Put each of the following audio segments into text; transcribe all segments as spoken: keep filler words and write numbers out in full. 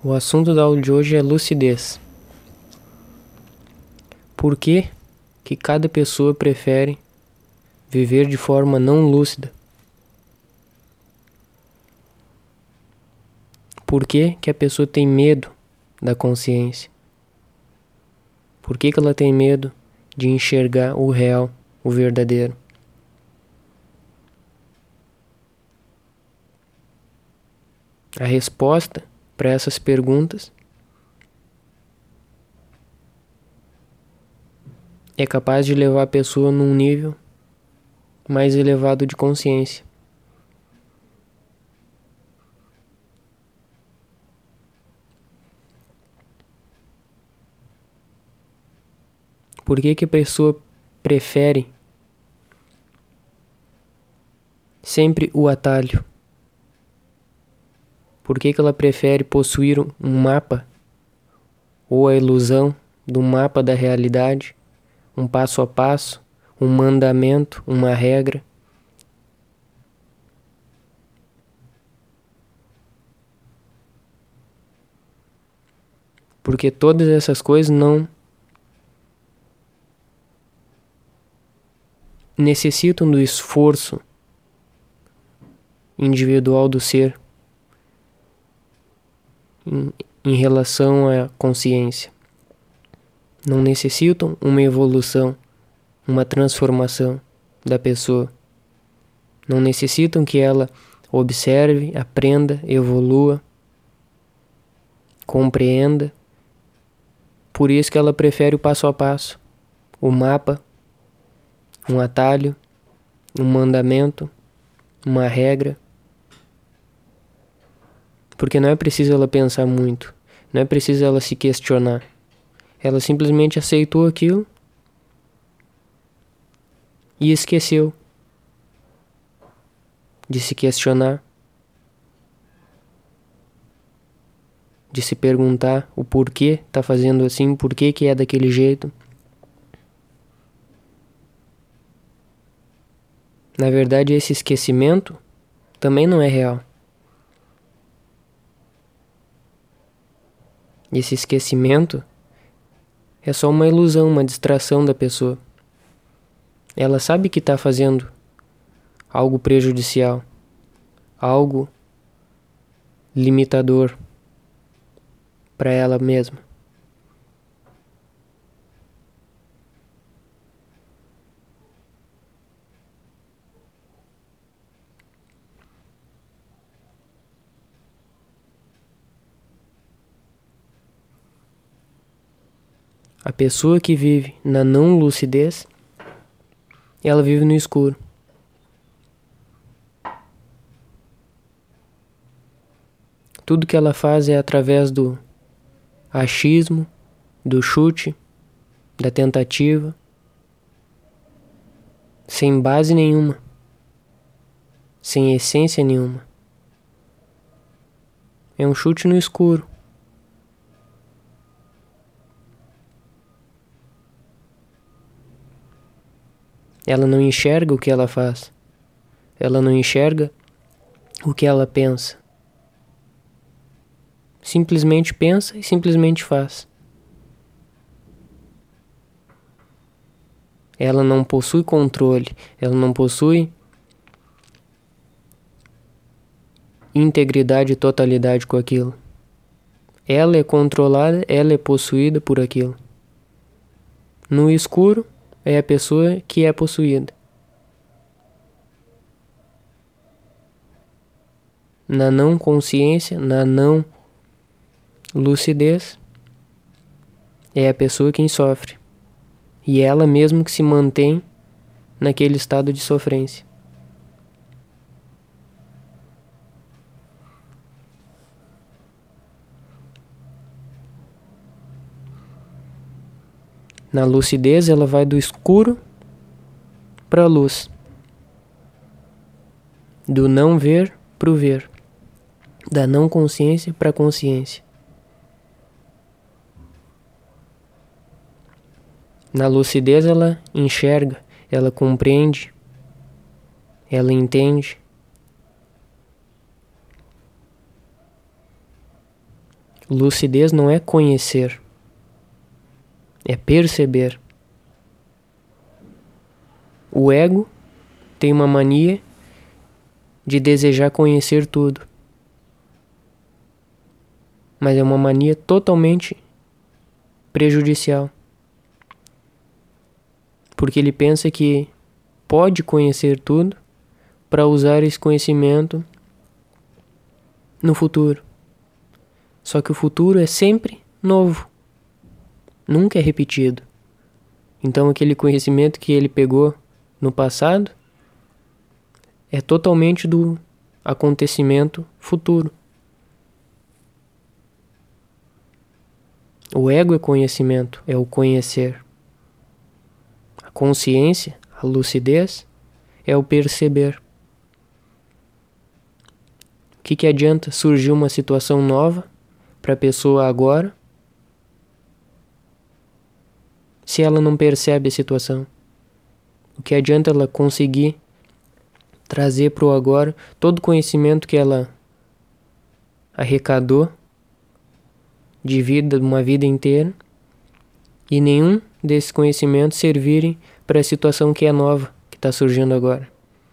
O assunto da aula de hoje é lucidez. Por que que cada pessoa prefere viver de forma não lúcida? Por que que a pessoa tem medo da consciência? Por que que ela tem medo de enxergar o real, o verdadeiro? A resposta para essas perguntas é capaz de levar a pessoa num nível mais elevado de consciência. Por que que a pessoa prefere sempre o atalho? Por que que ela prefere possuir um mapa ou a ilusão do mapa da realidade, um passo a passo, um mandamento, uma regra? Porque todas essas coisas não necessitam do esforço individual do ser em, em relação à consciência. Não necessitam uma evolução, uma transformação da pessoa. Não necessitam que ela observe, aprenda, evolua, compreenda. Por isso que ela prefere o passo a passo, o mapa, um atalho, um mandamento, uma regra. Porque não é preciso ela pensar muito, não é preciso ela se questionar. Ela simplesmente aceitou aquilo e esqueceu de se questionar, de se perguntar o porquê tá fazendo assim, porquê que é daquele jeito. Na verdade, esse esquecimento também não é real. Esse esquecimento é só uma ilusão, uma distração da pessoa. Ela sabe que está fazendo algo prejudicial, algo limitador para ela mesma. A pessoa que vive na não lucidez, ela vive no escuro. Tudo que ela faz é através do achismo, do chute, da tentativa, sem base nenhuma, sem essência nenhuma. É um chute no escuro. Ela não enxerga o que ela faz. Ela não enxerga o que ela pensa. Simplesmente pensa e simplesmente faz. Ela não possui controle. Ela não possui integridade e totalidade com aquilo. Ela é controlada, ela é possuída por aquilo. No escuro, é a pessoa que é possuída. Na não consciência, na não lucidez, é a pessoa quem sofre. E é ela mesma que se mantém naquele estado de sofrência. Na lucidez, ela vai do escuro para a luz. Do não ver para o ver. Da não consciência para a consciência. Na lucidez, ela enxerga, ela compreende, ela entende. Lucidez não é conhecer, é perceber. O ego tem uma mania de desejar conhecer tudo, mas é uma mania totalmente prejudicial, porque ele pensa que pode conhecer tudo para usar esse conhecimento no futuro. Só que o futuro é sempre novo, nunca é repetido. Então aquele conhecimento que ele pegou no passado é totalmente do acontecimento futuro. O ego é conhecimento, é o conhecer. A consciência, a lucidez, é o perceber. O que que adianta surgir uma situação nova para a pessoa agora se ela não percebe a situação? O que adianta ela conseguir trazer para o agora todo o conhecimento que ela arrecadou de vida, de uma vida inteira, e nenhum desses conhecimentos servirem para a situação que é nova, que está surgindo agora?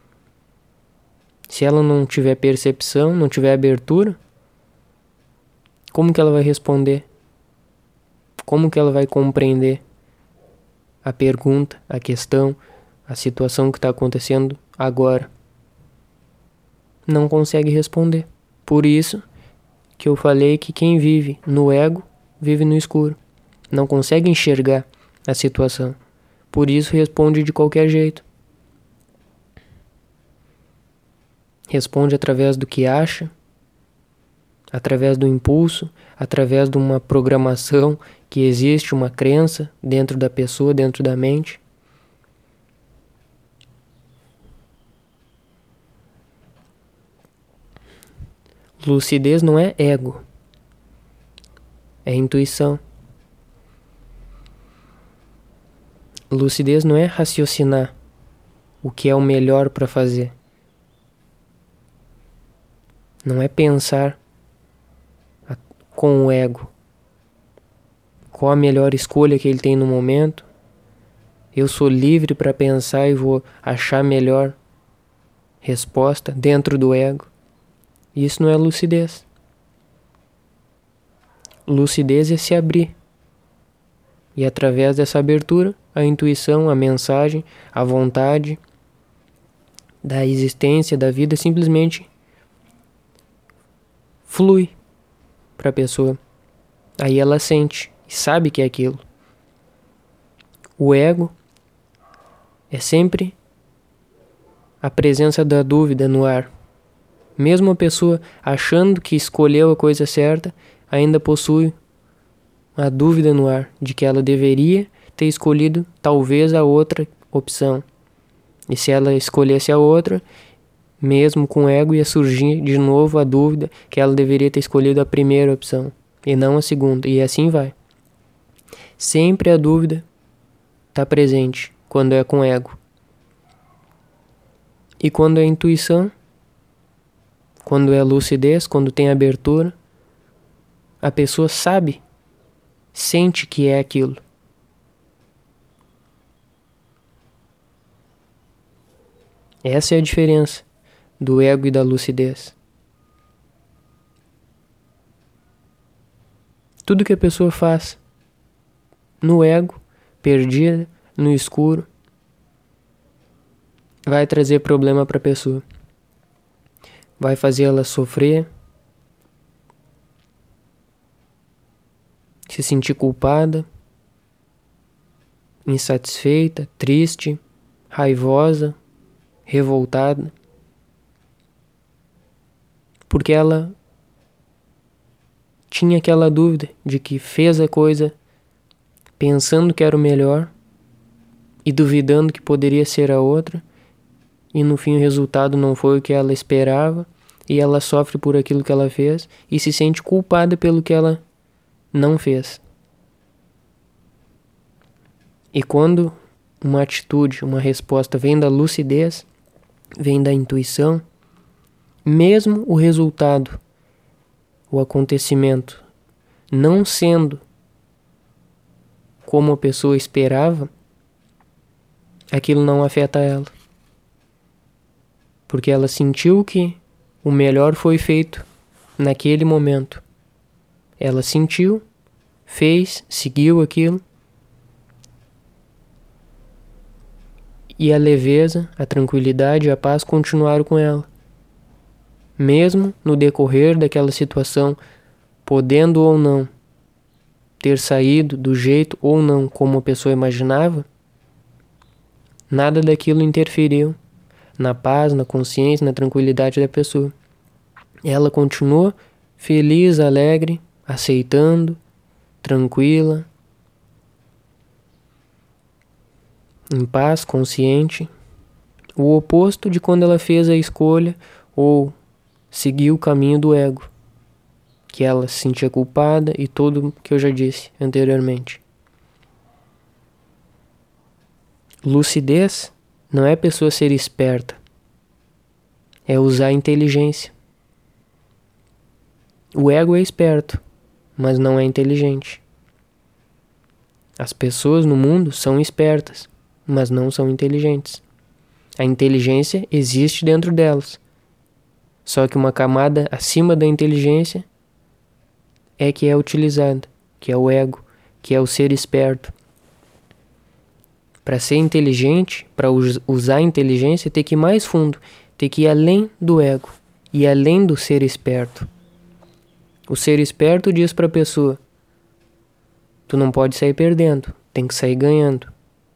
Se ela não tiver percepção, não tiver abertura, como que ela vai responder? Como que ela vai compreender a pergunta, a questão, a situação que está acontecendo agora? Não consegue responder. Por isso que eu falei que quem vive no ego vive no escuro. Não consegue enxergar a situação. Por isso responde de qualquer jeito. Responde através do que acha, através do impulso, através de uma programação que existe, uma crença dentro da pessoa, dentro da mente. Lucidez não é ego, é intuição. Lucidez não é raciocinar o que é o melhor para fazer. Não é pensar com o ego qual a melhor escolha que ele tem no momento. Eu sou livre para pensar e vou achar a melhor resposta dentro do ego. Isso não é lucidez. Lucidez é se abrir. E através dessa abertura, a intuição, a mensagem, a vontade da existência, da vida, simplesmente flui para a pessoa. Aí ela sente e sabe que é aquilo. O ego é sempre a presença da dúvida no ar. Mesmo a pessoa achando que escolheu a coisa certa, ainda possui a dúvida no ar de que ela deveria ter escolhido talvez a outra opção. E se ela escolhesse a outra, mesmo com o ego, ia surgir de novo a dúvida que ela deveria ter escolhido a primeira opção e não a segunda. E assim vai. Sempre a dúvida está presente quando é com ego. E quando é intuição, quando é lucidez, quando tem abertura, a pessoa sabe, sente que é aquilo. Essa é a diferença do ego e da lucidez. Tudo que a pessoa faz no ego, perdida, no escuro, vai trazer problema para a pessoa. Vai fazer ela sofrer, se sentir culpada, insatisfeita, triste, raivosa, revoltada, porque ela tinha aquela dúvida de que fez a coisa pensando que era o melhor e duvidando que poderia ser a outra, e no fim o resultado não foi o que ela esperava, e ela sofre por aquilo que ela fez e se sente culpada pelo que ela não fez. E quando uma atitude, uma resposta vem da lucidez, vem da intuição, mesmo o resultado, o acontecimento, não sendo como a pessoa esperava, aquilo não afeta ela. Porque ela sentiu que o melhor foi feito naquele momento. Ela sentiu, fez, seguiu aquilo. E a leveza, a tranquilidade e a paz continuaram com ela. Mesmo no decorrer daquela situação, podendo ou não ter saído do jeito ou não como a pessoa imaginava, nada daquilo interferiu na paz, na consciência, na tranquilidade da pessoa. Ela continua feliz, alegre, aceitando, tranquila, em paz, consciente. O oposto de quando ela fez a escolha ou seguiu o caminho do ego, que ela se sentia culpada e tudo que eu já disse anteriormente. Lucidez não é a pessoa ser esperta, é usar a inteligência. O ego é esperto, mas não é inteligente. As pessoas no mundo são espertas, mas não são inteligentes. A inteligência existe dentro delas, só que uma camada acima da inteligência é que é utilizada, que é o ego, que é o ser esperto. Para ser inteligente, para usar a inteligência, tem que ir mais fundo, tem que ir além do ego e além do ser esperto. O ser esperto diz para a pessoa: tu não pode sair perdendo, tem que sair ganhando.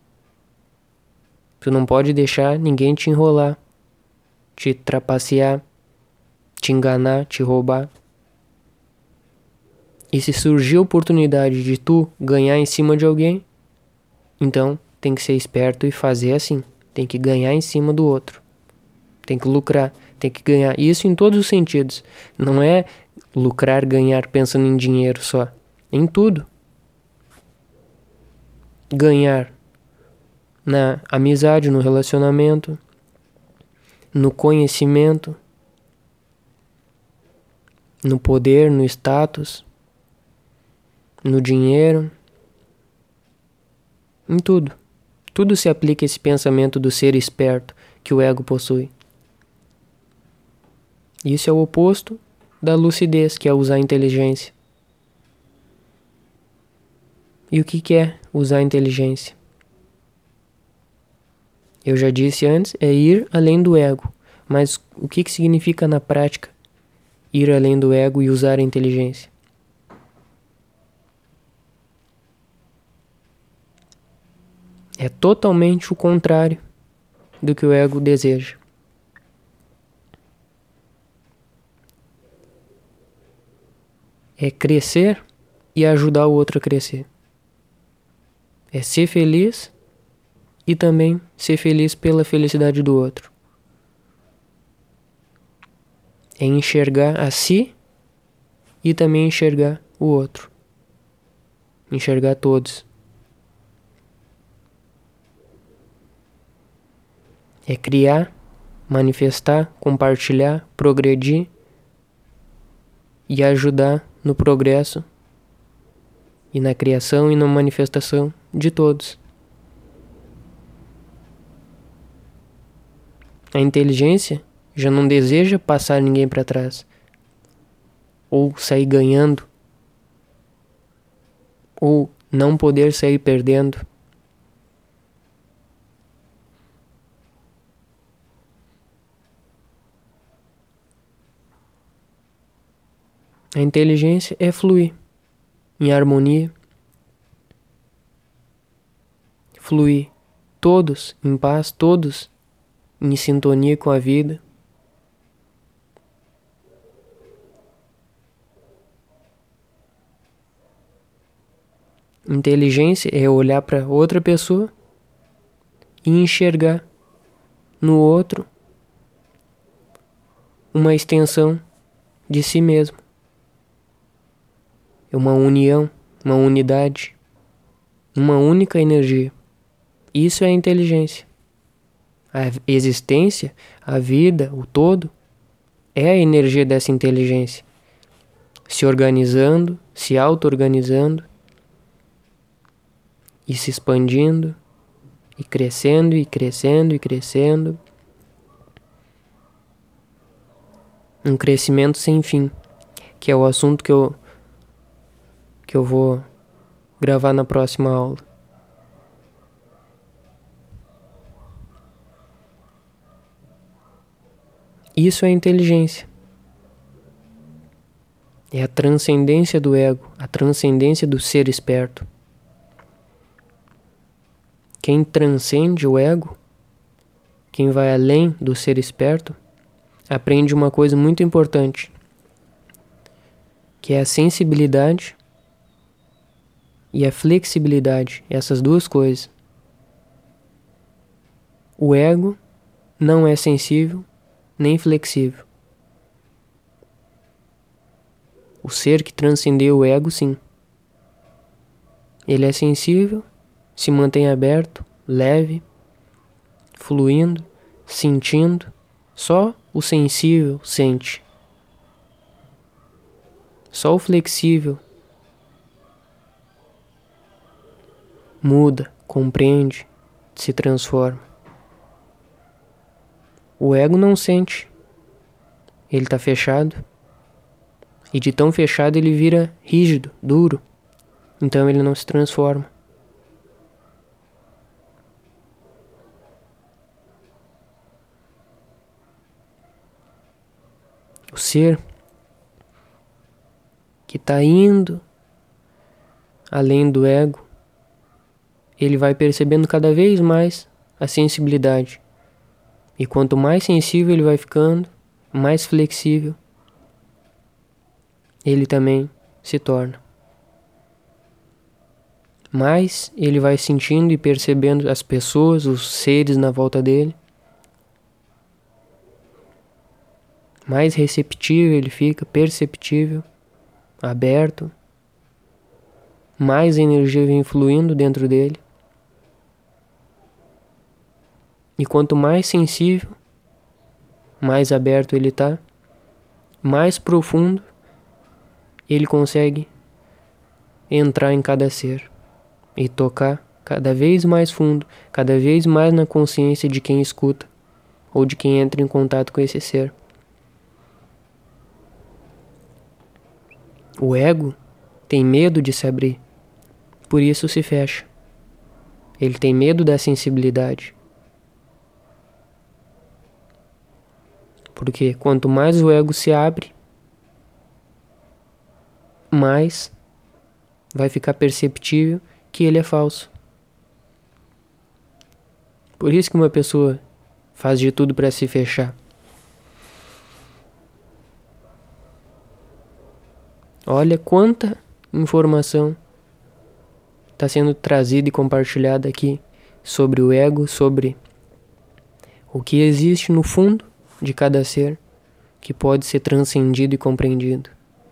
Tu não pode deixar ninguém te enrolar, te trapacear, te enganar, te roubar. E se surgir a oportunidade de tu ganhar em cima de alguém, então tem que ser esperto e fazer assim. Tem que ganhar em cima do outro. Tem que lucrar, tem que ganhar. Isso em todos os sentidos. Não é lucrar, ganhar pensando em dinheiro só. Em tudo. Ganhar na amizade, no relacionamento, no conhecimento, no poder, no status, no dinheiro, em tudo. Tudo se aplica a esse pensamento do ser esperto que o ego possui. Isso é o oposto da lucidez, que é usar a inteligência. E o que que é usar a inteligência? Eu já disse antes, é ir além do ego. Mas o que que significa na prática ir além do ego e usar a inteligência? É totalmente o contrário do que o ego deseja. É crescer e ajudar o outro a crescer. É ser feliz e também ser feliz pela felicidade do outro. É enxergar a si e também enxergar o outro. Enxergar todos. É criar, manifestar, compartilhar, progredir e ajudar no progresso e na criação e na manifestação de todos. A inteligência já não deseja passar ninguém para trás, ou sair ganhando, ou não poder sair perdendo. A inteligência é fluir em harmonia, fluir todos em paz, todos em sintonia com a vida. Inteligência é olhar para outra pessoa e enxergar no outro uma extensão de si mesmo. É uma união, uma unidade, uma única energia. Isso é a inteligência. A existência, a vida, o todo, é a energia dessa inteligência, se organizando se auto-organizando e se expandindo e crescendo e crescendo e crescendo. Um crescimento sem fim, que é o assunto que eu que eu vou gravar na próxima aula. Isso é inteligência. É a transcendência do ego, a transcendência do ser esperto. Quem transcende o ego, quem vai além do ser esperto, aprende uma coisa muito importante, que é a sensibilidade e a flexibilidade, essas duas coisas. O ego não é sensível nem flexível. O ser que transcendeu o ego, sim. Ele é sensível, se mantém aberto, leve, fluindo, sentindo. Só o sensível sente. Só o flexível muda, compreende, se transforma. O ego não sente. Ele está fechado. E de tão fechado ele vira rígido, duro. Então ele não se transforma. O ser que está indo além do ego, ele vai percebendo cada vez mais a sensibilidade. E quanto mais sensível ele vai ficando, mais flexível ele também se torna. Mais ele vai sentindo e percebendo as pessoas, os seres na volta dele. Mais receptível ele fica, perceptível, aberto. Mais energia vem fluindo dentro dele. E quanto mais sensível, mais aberto ele está, mais profundo ele consegue entrar em cada ser e tocar cada vez mais fundo, cada vez mais na consciência de quem escuta ou de quem entra em contato com esse ser. O ego tem medo de se abrir, por isso se fecha. Ele tem medo da sensibilidade. Porque quanto mais o ego se abre, mais vai ficar perceptível que ele é falso. Por isso que uma pessoa faz de tudo para se fechar. Olha quanta informação está sendo trazida e compartilhada aqui sobre o ego, sobre o que existe no fundo de cada ser que pode ser transcendido e compreendido.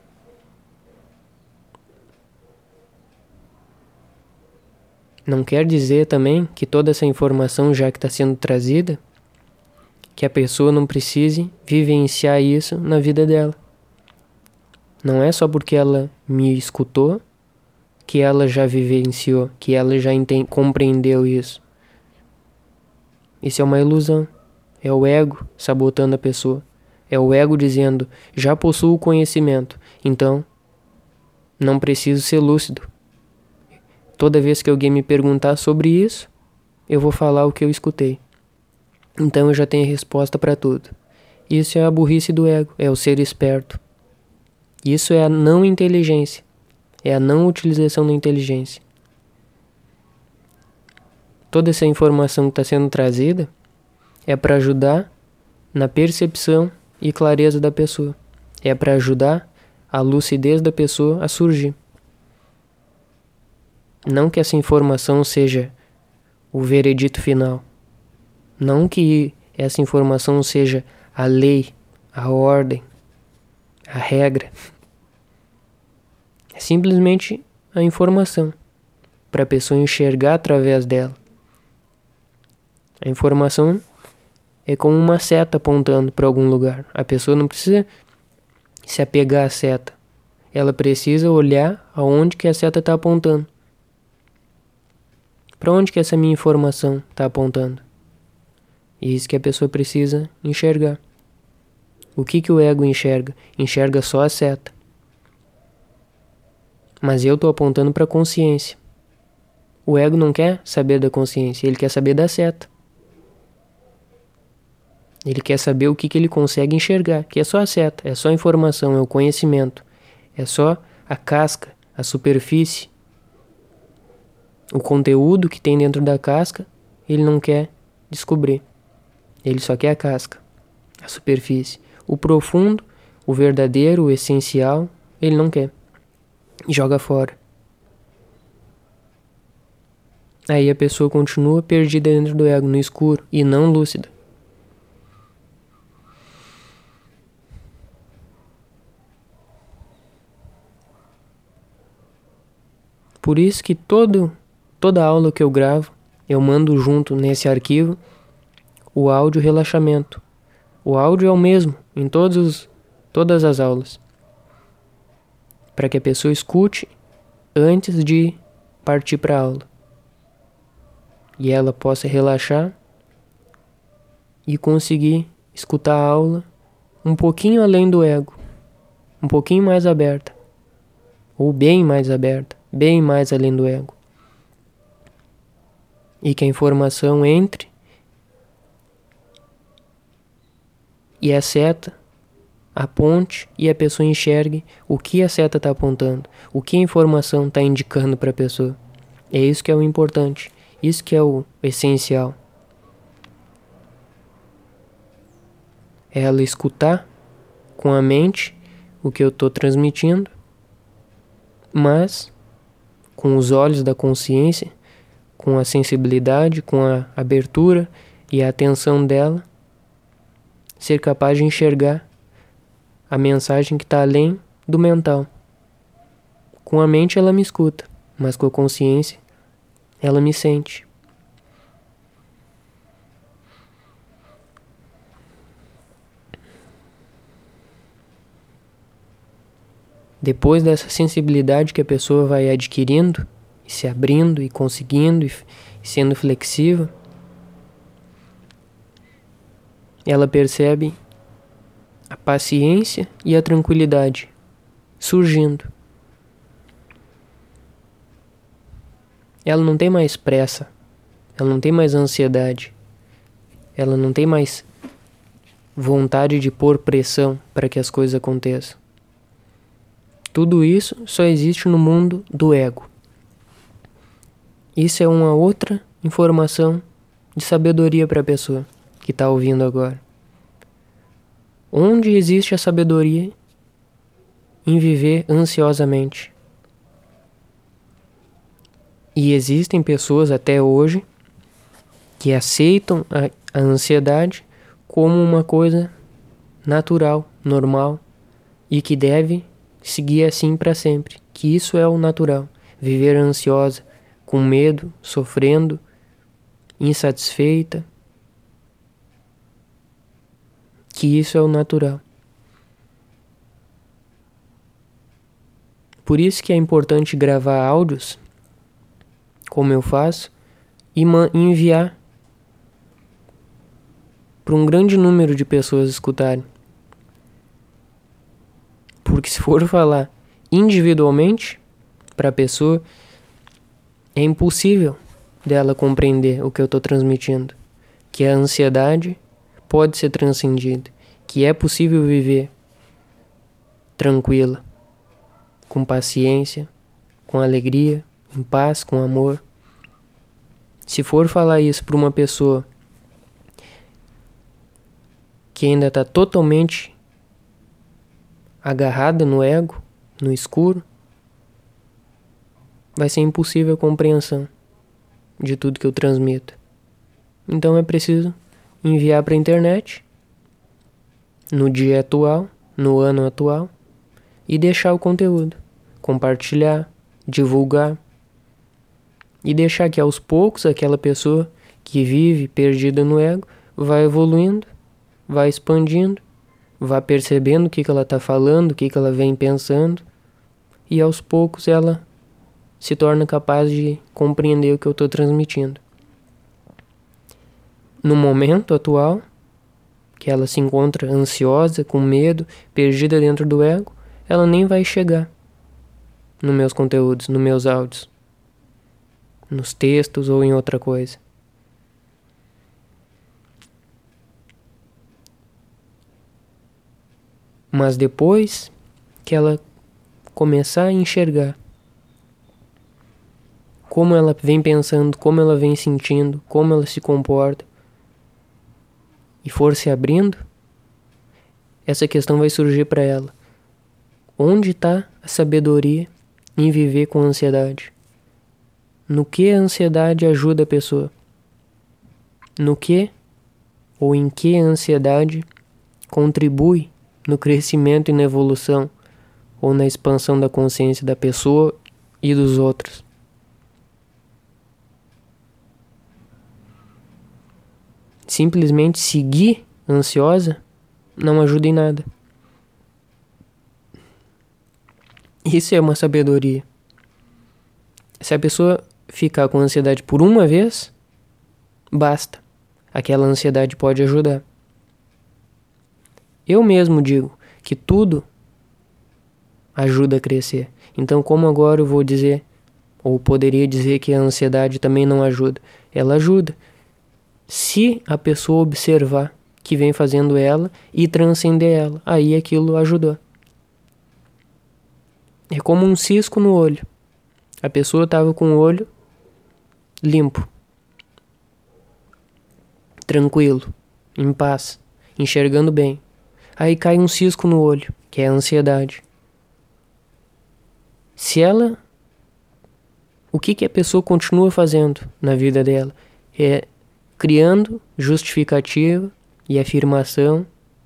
Não quer dizer também que toda essa informação, já que está sendo trazida, que a pessoa não precise vivenciar isso na vida dela. Não é só porque ela me escutou que ela já vivenciou, que ela já entende, compreendeu isso. Isso é uma ilusão. É o ego sabotando a pessoa. É o ego dizendo, já possuo o conhecimento, então não preciso ser lúcido. Toda vez que alguém me perguntar sobre isso, eu vou falar o que eu escutei. Então eu já tenho a resposta para tudo. Isso é a burrice do ego, é o ser esperto. Isso é a não inteligência, é a não utilização da inteligência. Toda essa informação que está sendo trazida é para ajudar na percepção e clareza da pessoa. É para ajudar a lucidez da pessoa a surgir. Não que essa informação seja o veredito final. Não que essa informação seja a lei, a ordem, a regra. É simplesmente a informação para a pessoa enxergar através dela. A informação é como uma seta apontando para algum lugar. A pessoa não precisa se apegar à seta. ela precisa olhar aonde que a seta está apontando. Para onde que essa minha informação está apontando? E isso que a pessoa precisa enxergar. O que que o ego enxerga? Enxerga só a seta. Mas eu estou apontando para a consciência. O ego não quer saber da consciência, ele quer saber da seta. Ele quer saber o que que ele consegue enxergar, que é só a seta, é só a informação, é o conhecimento. É só a casca, a superfície. O conteúdo que tem dentro da casca, ele não quer descobrir. Ele só quer a casca, a superfície. O profundo, o verdadeiro, o essencial, ele não quer. E joga fora. Aí a pessoa continua perdida dentro do ego, no escuro, e não lúcida. Por isso que todo, toda aula que eu gravo, eu mando junto nesse arquivo o áudio relaxamento. O áudio é o mesmo em todos os, todas as aulas. Para que a pessoa escute antes de partir para a aula. E ela possa relaxar e conseguir escutar a aula um pouquinho além do ego. Um pouquinho mais aberta. Ou bem mais aberta. Bem mais além do ego. E que a informação entre e a seta aponte e a pessoa enxergue o que a seta está apontando, o que a informação está indicando para a pessoa. É isso que é o importante, isso que é o essencial. É ela escutar com a mente o que eu estou transmitindo, mas com os olhos da consciência, com a sensibilidade, com a abertura e a atenção dela, ser capaz de enxergar a mensagem que está além do mental. Com a mente ela me escuta, mas com a consciência ela me sente. Depois dessa sensibilidade que a pessoa vai adquirindo, e se abrindo e conseguindo, e sendo flexível, ela percebe a paciência e a tranquilidade surgindo. Ela não tem mais pressa, ela não tem mais ansiedade, ela não tem mais vontade de pôr pressão para que as coisas aconteçam. Tudo isso só existe no mundo do ego. Isso é uma outra informação de sabedoria para a pessoa que está ouvindo agora. Onde existe a sabedoria em viver ansiosamente? E existem pessoas até hoje que aceitam a, a ansiedade como uma coisa natural, normal, e que deve seguir assim para sempre. Que isso é o natural. Viver ansiosa, com medo, sofrendo, insatisfeita. Que isso é o natural. Por isso que é importante gravar áudios, como eu faço, e enviar para um grande número de pessoas escutarem. Porque se for falar individualmente para a pessoa, é impossível dela compreender o que eu estou transmitindo. Que a ansiedade pode ser transcendida. Que é possível viver tranquila, com paciência, com alegria, em paz, com amor. Se for falar isso para uma pessoa que ainda está totalmente agarrada no ego, no escuro, vai ser impossível a compreensão de tudo que eu transmito. Então é preciso enviar para a internet, no dia atual, no ano atual, e deixar o conteúdo, compartilhar, divulgar, e deixar que aos poucos aquela pessoa que vive perdida no ego vai evoluindo, vai expandindo, vai percebendo o que, que ela está falando, o que, que ela vem pensando, e aos poucos ela se torna capaz de compreender o que eu estou transmitindo. No momento atual, que ela se encontra ansiosa, com medo, perdida dentro do ego, ela nem vai chegar nos meus conteúdos, nos meus áudios, nos textos ou em outra coisa. Mas depois que ela começar a enxergar como ela vem pensando, como ela vem sentindo, como ela se comporta, e for se abrindo, essa questão vai surgir para ela. Onde está a sabedoria em viver com ansiedade? No que a ansiedade ajuda a pessoa? No que ou em que a ansiedade contribui no crescimento e na evolução ou na expansão da consciência da pessoa e dos outros? Simplesmente seguir ansiosa não ajuda em nada. Isso é uma sabedoria. Se a pessoa ficar com ansiedade por uma vez, basta. Aquela ansiedade pode ajudar. Eu mesmo digo que tudo ajuda a crescer. Então, como agora eu vou dizer, ou poderia dizer que a ansiedade também não ajuda? Ela ajuda. Se a pessoa observar que vem fazendo ela e transcender ela, aí aquilo ajudou. É como um cisco no olho. A pessoa estava com o olho limpo, tranquilo, em paz, enxergando bem. Aí cai um cisco no olho, que é a ansiedade. Se ela... O que, que a pessoa continua fazendo na vida dela? É criando justificativa e afirmação,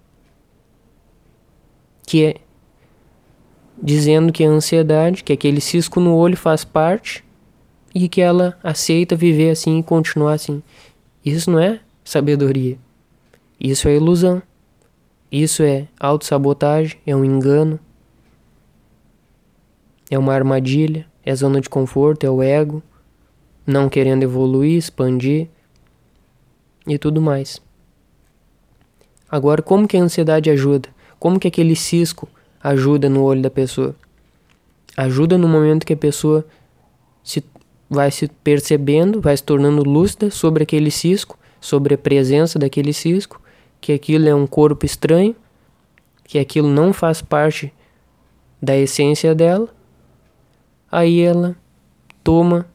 que é dizendo que a ansiedade, que aquele cisco no olho faz parte e que ela aceita viver assim e continuar assim. Isso não é sabedoria. Isso é ilusão. Isso é autossabotagem, é um engano, é uma armadilha, é zona de conforto, é o ego não querendo evoluir, expandir e tudo mais. Agora, como que a ansiedade ajuda? Como que aquele cisco ajuda no olho da pessoa? Ajuda no momento que a pessoa se, vai se percebendo, vai se tornando lúcida sobre aquele cisco, sobre a presença daquele cisco, que aquilo é um corpo estranho, que aquilo não faz parte da essência dela. Aí ela toma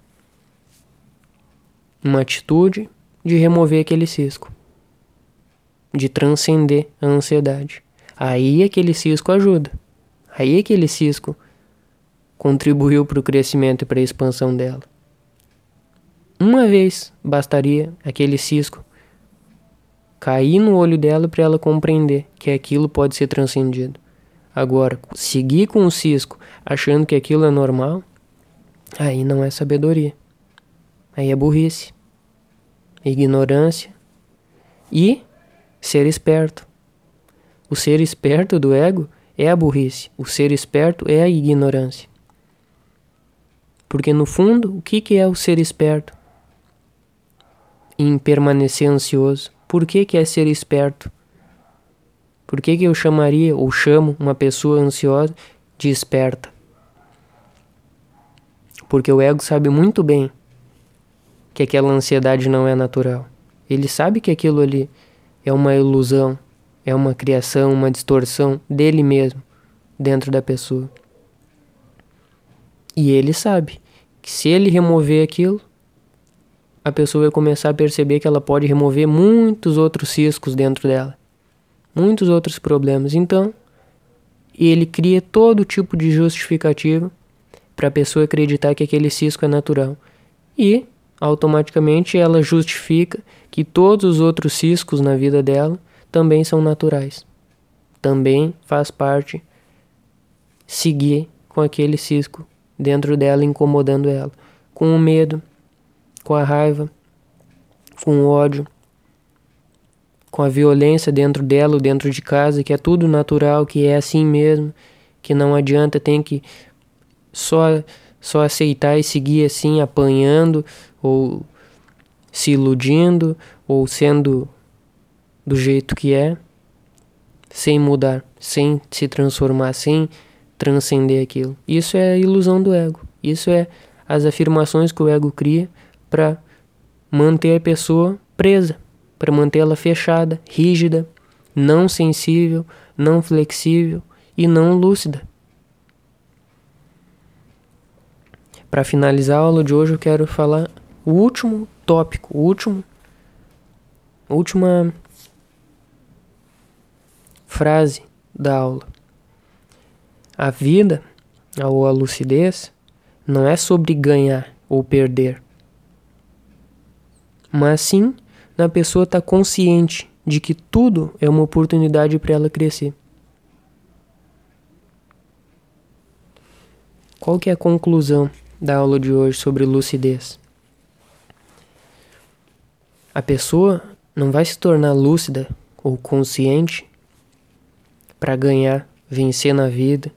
uma atitude de remover aquele cisco, de transcender a ansiedade. Aí aquele cisco ajuda. Aí aquele cisco contribuiu para o crescimento e para a expansão dela. Uma vez bastaria aquele cisco cair no olho dela para ela compreender que aquilo pode ser transcendido. Agora, seguir com o cisco achando que aquilo é normal, aí não é sabedoria. Aí é burrice, ignorância e ser esperto. O ser esperto do ego é a burrice. O ser esperto é a ignorância. Porque no fundo, o que é o ser esperto? Em permanecer ansioso. Por que que é ser esperto? Por que que eu chamaria ou chamo uma pessoa ansiosa de esperta? Porque o ego sabe muito bem que aquela ansiedade não é natural. Ele sabe que aquilo ali é uma ilusão, é uma criação, uma distorção dele mesmo, dentro da pessoa. E ele sabe que se ele remover aquilo, a pessoa vai começar a perceber que ela pode remover muitos outros ciscos dentro dela. Muitos outros problemas. Então, ele cria todo tipo de justificativa para a pessoa acreditar que aquele cisco é natural. E, automaticamente, ela justifica que todos os outros ciscos na vida dela também são naturais. Também faz parte seguir com aquele cisco dentro dela, incomodando ela. Com o medo, com a raiva, com o ódio, com a violência dentro dela ou dentro de casa, que é tudo natural, que é assim mesmo, que não adianta, tem que só, só aceitar e seguir assim, apanhando, ou se iludindo, ou sendo do jeito que é, sem mudar, sem se transformar, sem transcender aquilo. Isso é a ilusão do ego. Isso é as afirmações que o ego cria para manter a pessoa presa, para manter ela fechada, rígida, não sensível, não flexível e não lúcida. Para finalizar a aula de hoje, eu quero falar o último tópico, o último, a última frase da aula. A vida, ou a lucidez, não é sobre ganhar ou perder, mas sim na pessoa estar consciente de que tudo é uma oportunidade para ela crescer. Qual que é a conclusão da aula de hoje sobre lucidez? A pessoa não vai se tornar lúcida ou consciente para ganhar, vencer na vida,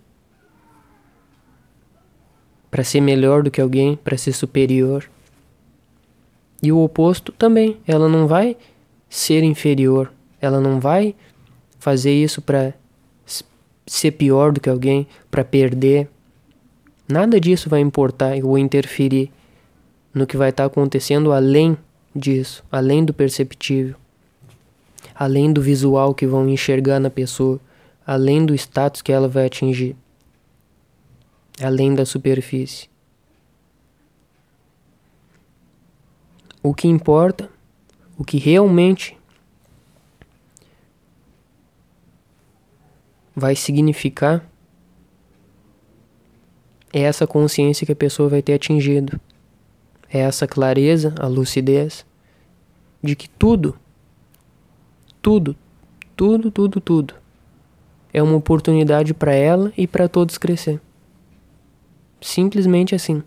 para ser melhor do que alguém, para ser superior. E o oposto também, ela não vai ser inferior, ela não vai fazer isso para ser pior do que alguém, para perder. Nada disso vai importar ou interferir no que vai estar acontecendo além disso, além do perceptível, além do visual que vão enxergar na pessoa, além do status que ela vai atingir, além da superfície. O que importa, o que realmente vai significar é essa consciência que a pessoa vai ter atingido. É essa clareza, a lucidez, de que tudo, tudo, tudo, tudo, tudo é uma oportunidade para ela e para todos crescer. Simplesmente assim.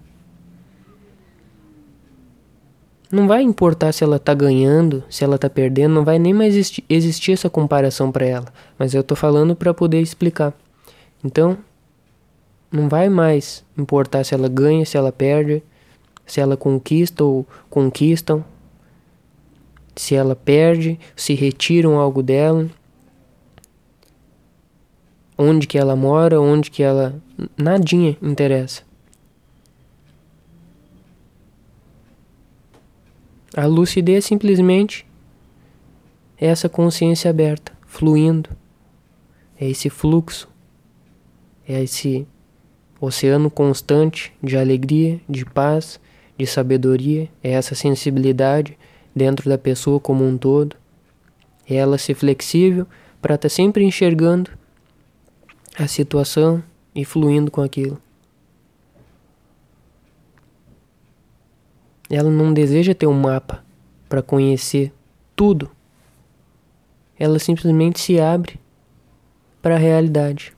Não vai importar se ela tá ganhando, se ela tá perdendo, não vai nem mais existir, existir essa comparação para ela. Mas eu tô falando para poder explicar. Então, não vai mais importar se ela ganha, se ela perde, se ela conquista ou conquistam, se ela perde, se retiram algo dela, onde que ela mora, onde que ela... Nadinha interessa. A lucidez simplesmente é essa consciência aberta, fluindo. É esse fluxo. É esse oceano constante de alegria, de paz, de sabedoria. É essa sensibilidade dentro da pessoa como um todo. É ela ser flexível para estar sempre enxergando a situação e fluindo com aquilo. Ela não deseja ter um mapa para conhecer tudo. Ela simplesmente se abre para a realidade.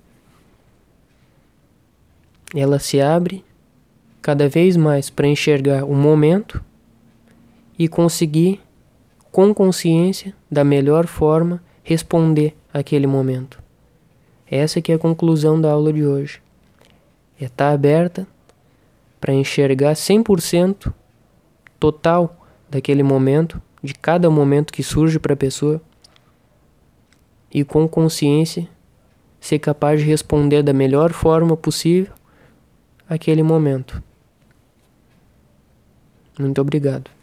Ela se abre cada vez mais para enxergar o momento e conseguir, com consciência, da melhor forma, responder àquele momento. Essa que é a conclusão da aula de hoje. É estar aberta para enxergar cem por cento total daquele momento, de cada momento que surge para a pessoa, e com consciência ser capaz de responder da melhor forma possível àquele momento. Muito obrigado.